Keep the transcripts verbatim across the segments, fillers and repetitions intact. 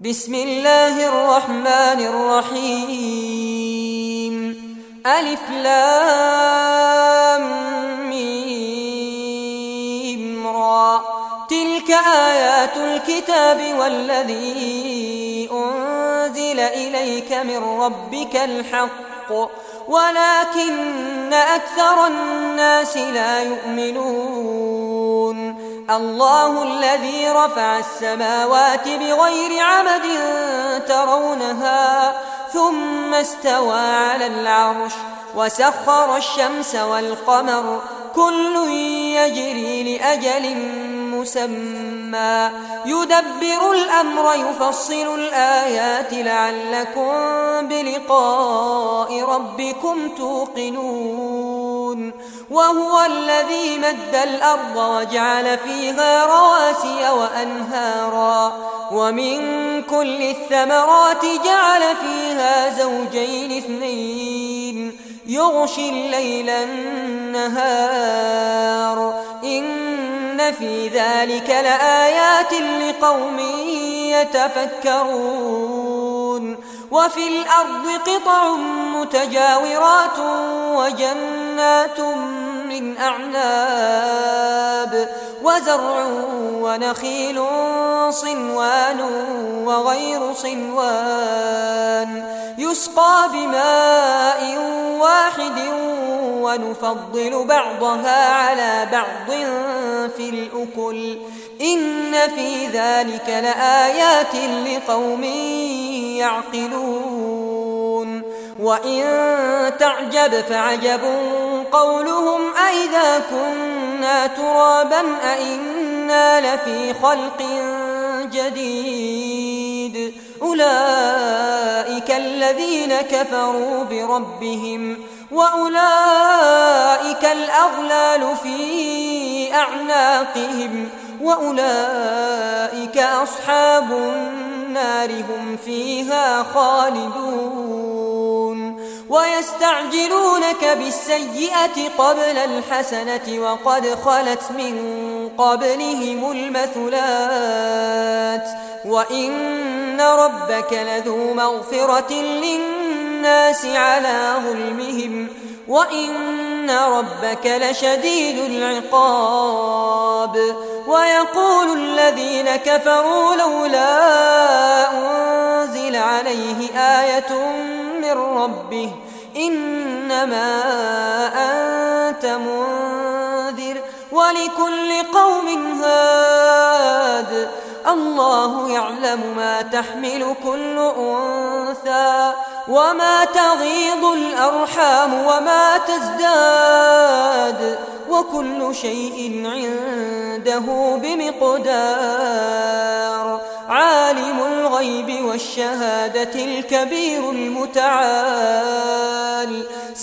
بسم الله الرحمن الرحيم ألف لام ميم را تلك آيات الكتاب والذي أنزل إليك من ربك الحق ولكن أكثر الناس لا يؤمنون الله الذي رفع السماوات بغير عمد ترونها ثم استوى على العرش وسخر الشمس والقمر كل يجري لأجل مسمى يدبر الأمر يفصل الآيات لعلكم بلقاء ربكم توقنون وهو الذي مد الأرض وجعل فيها رواسي وأنهارا ومن كل الثمرات جعل فيها زوجين اثنين يغشي الليل النهار إن في ذلك لآيات لقوم يتفكرون وفي الأرض قطع متجاورات وجنات من أعناب وزرع ونخيل صنوان وغير صنوان يسقى بماء واحد ونفضل بعضها على بعض في الأكل إن في ذلك لآيات لقوم يعقلون وإن تعجب فعجب قولهم أئذا كنا ترابا أئنا لفي خلق جديد أولئك الذين كفروا بربهم وأولئك الأغلال في أعناقهم وأولئك أصحاب النار هم فيها خالدون ويستعجلونك بالسيئة قبل الحسنة وقد خلت من قبلهم المثلات وإن ربك لذو مغفرة للناس على ظلمهم وإن ربك لشديد العقاب ويقول الذين كفروا لولا أنزل عليه آية من ربه إنما أنت منذر ولكل قوم هاد الله يعلم ما تحمل كل أنثى وما تغيض الأرحام وما تزداد وكل شيء عنده بمقدار عالم الغيب والشهادة الكبير المتعال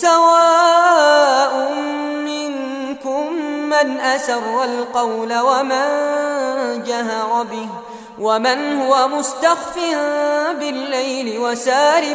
سواء منكم من أسر القول ومن جهر به ومن هو مستخف بالليل وسارب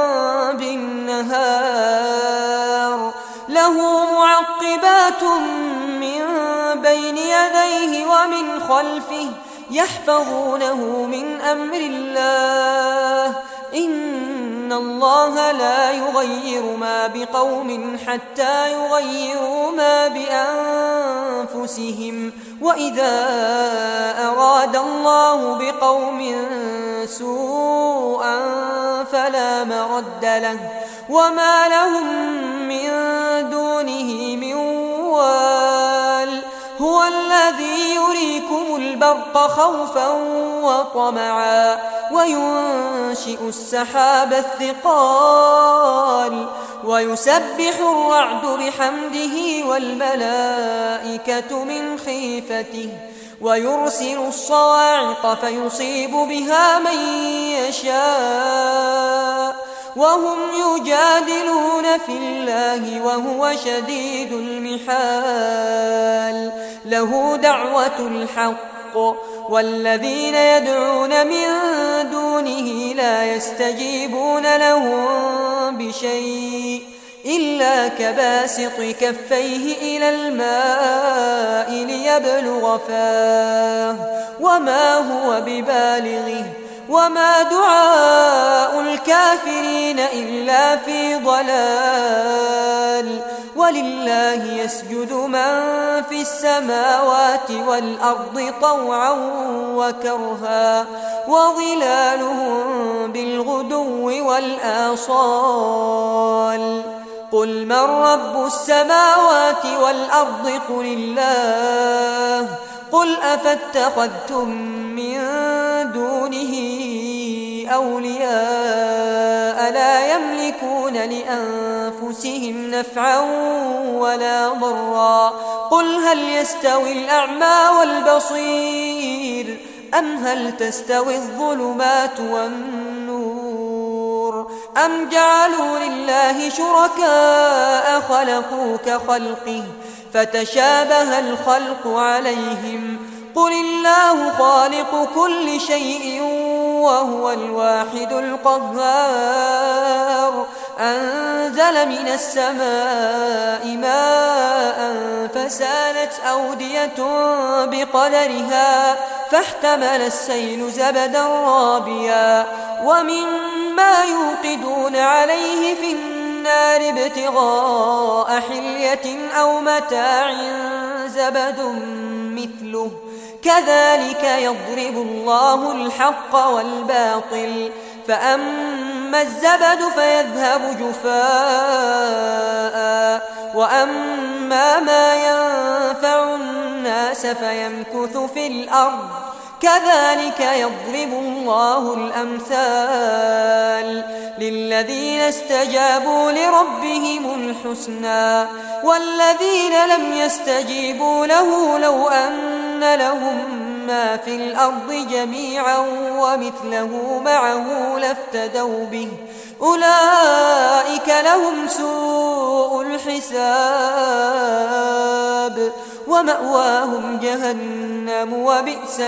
بالنهار له معقبات من بين يديه ومن خلفه يحفظونه من أمر الله إن الله لا يغير ما بقوم حتى يغيروا ما بأنفسهم وإذا أراد الله بقوم سوءا فلا مرد له وما لهم من دونه من وال هو الذي يريكم البرق خوفا وطمعا وينشئ السحاب الثقال ويسبح الرعد بحمده والملائكة من خيفته ويرسل الصواعق فيصيب بها من يشاء وهم يجادلون في الله وهو شديد المحال له دعوة الحق والذين يدعون من دونه لا يستجيبون لهم بشيء إلا كباسط كفيه إلى الماء ليبلغ فاه وما هو ببالغه وما دعاء الكافرين إلا في ضلال ولله يسجد من في السماوات والأرض طوعا وكرها وظلالهم بالغدو والآصال قل من رب السماوات والأرض قل الله قل أفاتخذتم من دونه أولياء لا يملكون لأنفسهم نفعا ولا ضرا قل هل يستوي الأعمى والبصير أم هل تستوي الظلمات والنور أم جعلوا لله شركاء خلقوا كخلقه فتشابه الخلق عليهم قل الله خالق كل شيء وهو الواحد القهار أنزل من السماء ماء فسالت أودية بقدرها فاحتمل السيل زبدا رابيا ومما يوقدون عليه في النار ابتغاء حلية أو متاع زبد مثله كذلك يضرب الله الحق والباطل فأما الزبد فيذهب جفاء وأما ما ينفع الناس فيمكث في الأرض كذلك يضرب الله الأمثال للذين استجابوا لربهم الحسنى والذين لم يستجيبوا له لو أن لهم ما في الأرض جميعا ومثله معه لافتدوا به أولئك لهم سوء الحساب ومأواهم جهنم وبئس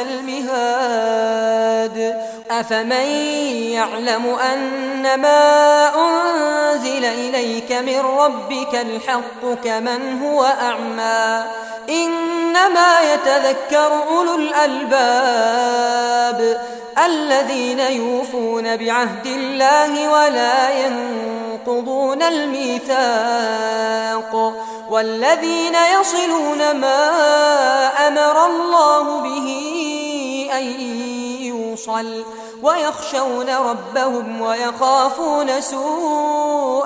المهاد أفمن يعلم أن ما أنزل إليك من ربك الحق كمن هو أعمى إنما يتذكر أولو الألباب الذين يوفون بعهد الله ولا ينقضون الميثاق والذين يصلون ما أمر الله به أن يوصل ويخشون ربهم ويخافون سوء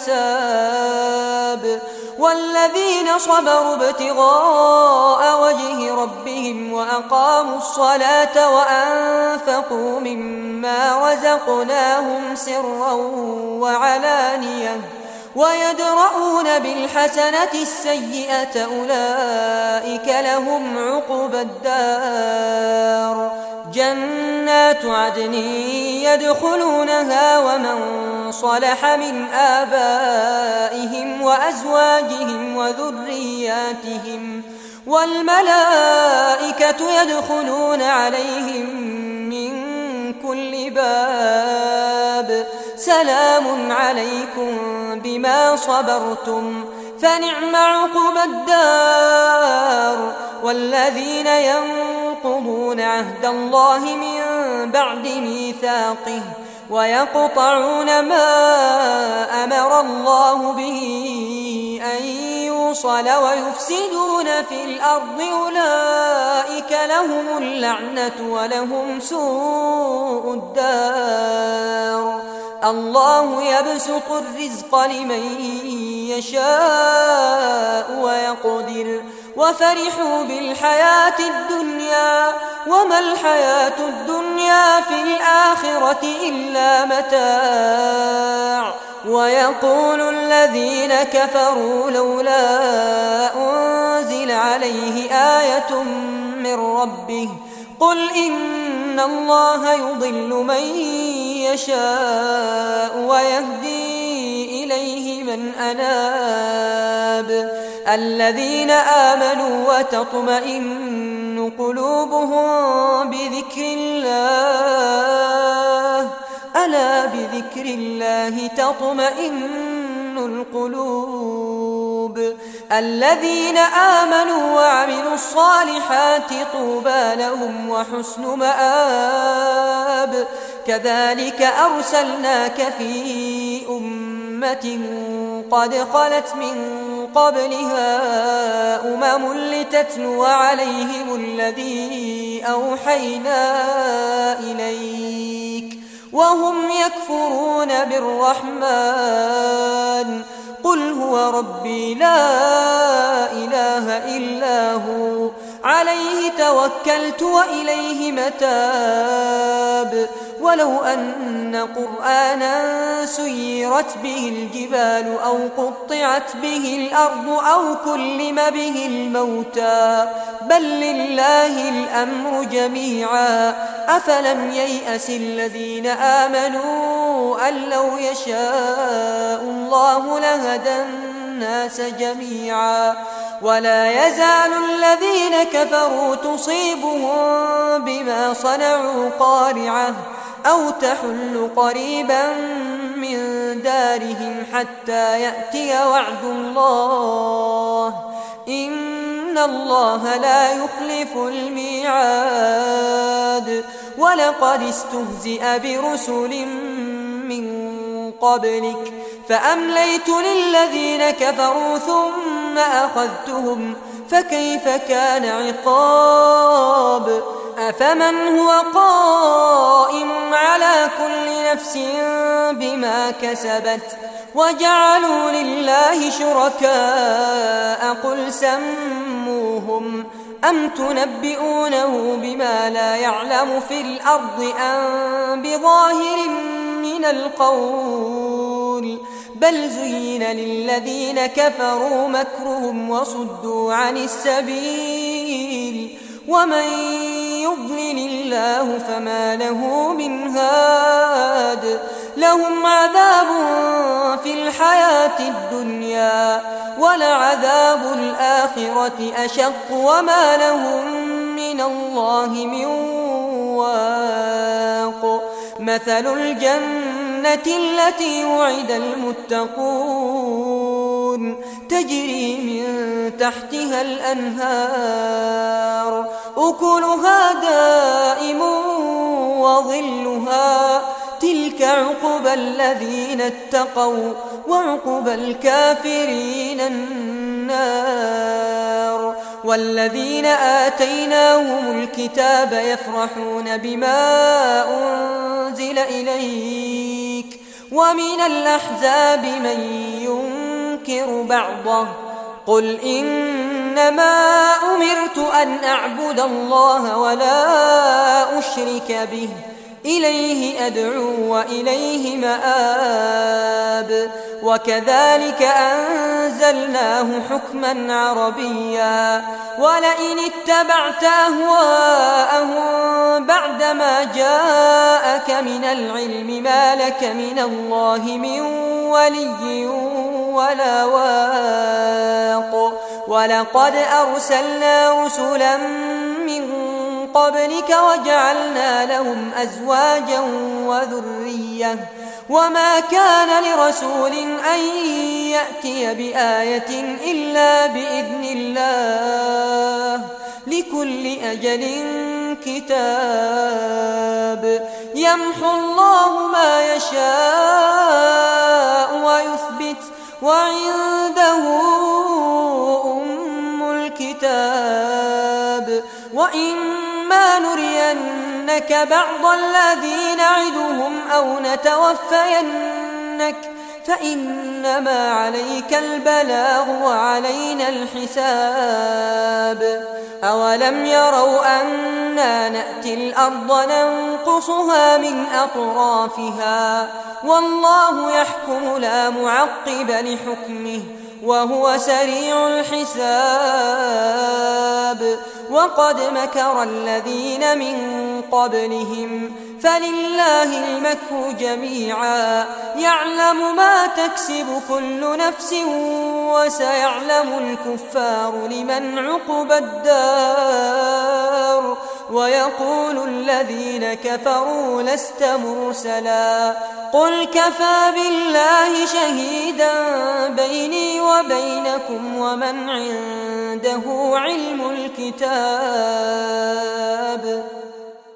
الحساب والذين صبروا ابتغاء وجه ربهم وأقاموا الصلاة وأنفقوا مما رزقناهم سرا وعلانية ويدرؤون بالحسنة السيئة أولئك لهم عقبى الدار جنات عدن يدخلونها ومن صلح من آبائهم وأزواجهم وذرياتهم والملائكة يدخلون عليهم من كل باب سلام عليكم بما صبرتم فنعم عقبى الدار والذين ينقضون عهد الله من بعد ميثاقه ويقطعون ما أمر الله به أن يوصل ويفسدون في الأرض أولئك لهم اللعنة ولهم سوء الدار الله يبسط الرزق لمن يشاء ويقدر وفرحوا بالحياة الدنيا وما الحياة الدنيا في الآخرة إلا متاع ويقول الذين كفروا لولا أنزل عليه آية من ربه قل إن الله يضل من يشاء ويهدي إليه من أناب الذين آمنوا وتطمئن قلوبهم بذكر الله ألا بذكر الله تطمئن القلوب الذين آمنوا وعملوا الصالحات طوبى لهم وحسن مآب كذلك أرسلناك في أمة قد خلت من قبلها أمم لتتلو عليهم الذي أوحينا إليك وهم يكفرون بالرحمن قل هو ربي لا إله إلا هو عليه توكلت وإليه متاب ولو أن قرآنا سيرت به الجبال أو قطعت به الأرض أو كلم به الموتى بل لله الأمر جميعا أفلم ييأس الذين آمنوا أن لو يشاء الله لهدى الناس جميعا ولا يزال الذين كفروا تصيبهم بما صنعوا قارعة أو تحل قريبا من دارهم حتى يأتي وعد الله إن الله لا يخلف الميعاد ولقد استهزئ برسل من قبلك فأمليت للذين كفروا ثم أخذتهم فكيف كان عقاب أفمن هو قائم على كل نفس بما كسبت وجعلوا لله شركاء قل سموهم أم تنبئونه بما لا يعلم في الأرض أم بظاهر من القول بل زين للذين كفروا مكرهم وصدوا عن السبيل ومن يضلل الله فما له من هاد لهم عذاب في الحياة الدنيا ولعذاب الآخرة أشق وما لهم من الله من واق مثل الجنة التي وعد المتقون تجري من تحتها الأنهار أكلها دائم وظلها تلك عقبى الذين اتقوا وعقبى الكافرين النار والذين آتيناهم الكتاب يفرحون بما أنزل إليك ومن الأحزاب من ينكر بعضه قل إنما أمرت أن أعبد الله ولا أشرك به إليه أدعو وإليه مآب وكذلك أنزلناه حكما عربيا ولئن اتبعت أهواءهم بعدما جاءك من العلم ما لك من الله من ولي ولا واق ولقد أرسلنا رسلا من قبلك وجعلنا لهم أزواجا وذرية وما كان لرسول أن يأتي بآية إلا بإذن الله لكل أجل كتاب يمحو الله ما يشاء ويثبت وعنده أم الكتاب وإما نرينك بعض الذي نعدهم أو نتوفينك فإنما عليك البلاغ وعلينا الحساب أولم يروا أنا نأتي الأرض ننقصها من أطرافها والله يحكم لا معقب لحكمه وهو سريع الحساب وقد مكر الذين من قبلهم فلله المكر جميعا يعلم ما تكسب كل نفس وسيعلم الكفار لمن عقبى الدار ويقول الذين كفروا لست مرسلا قل كفى بالله شهيدا بيني وبينكم ومن عنده علم الكتاب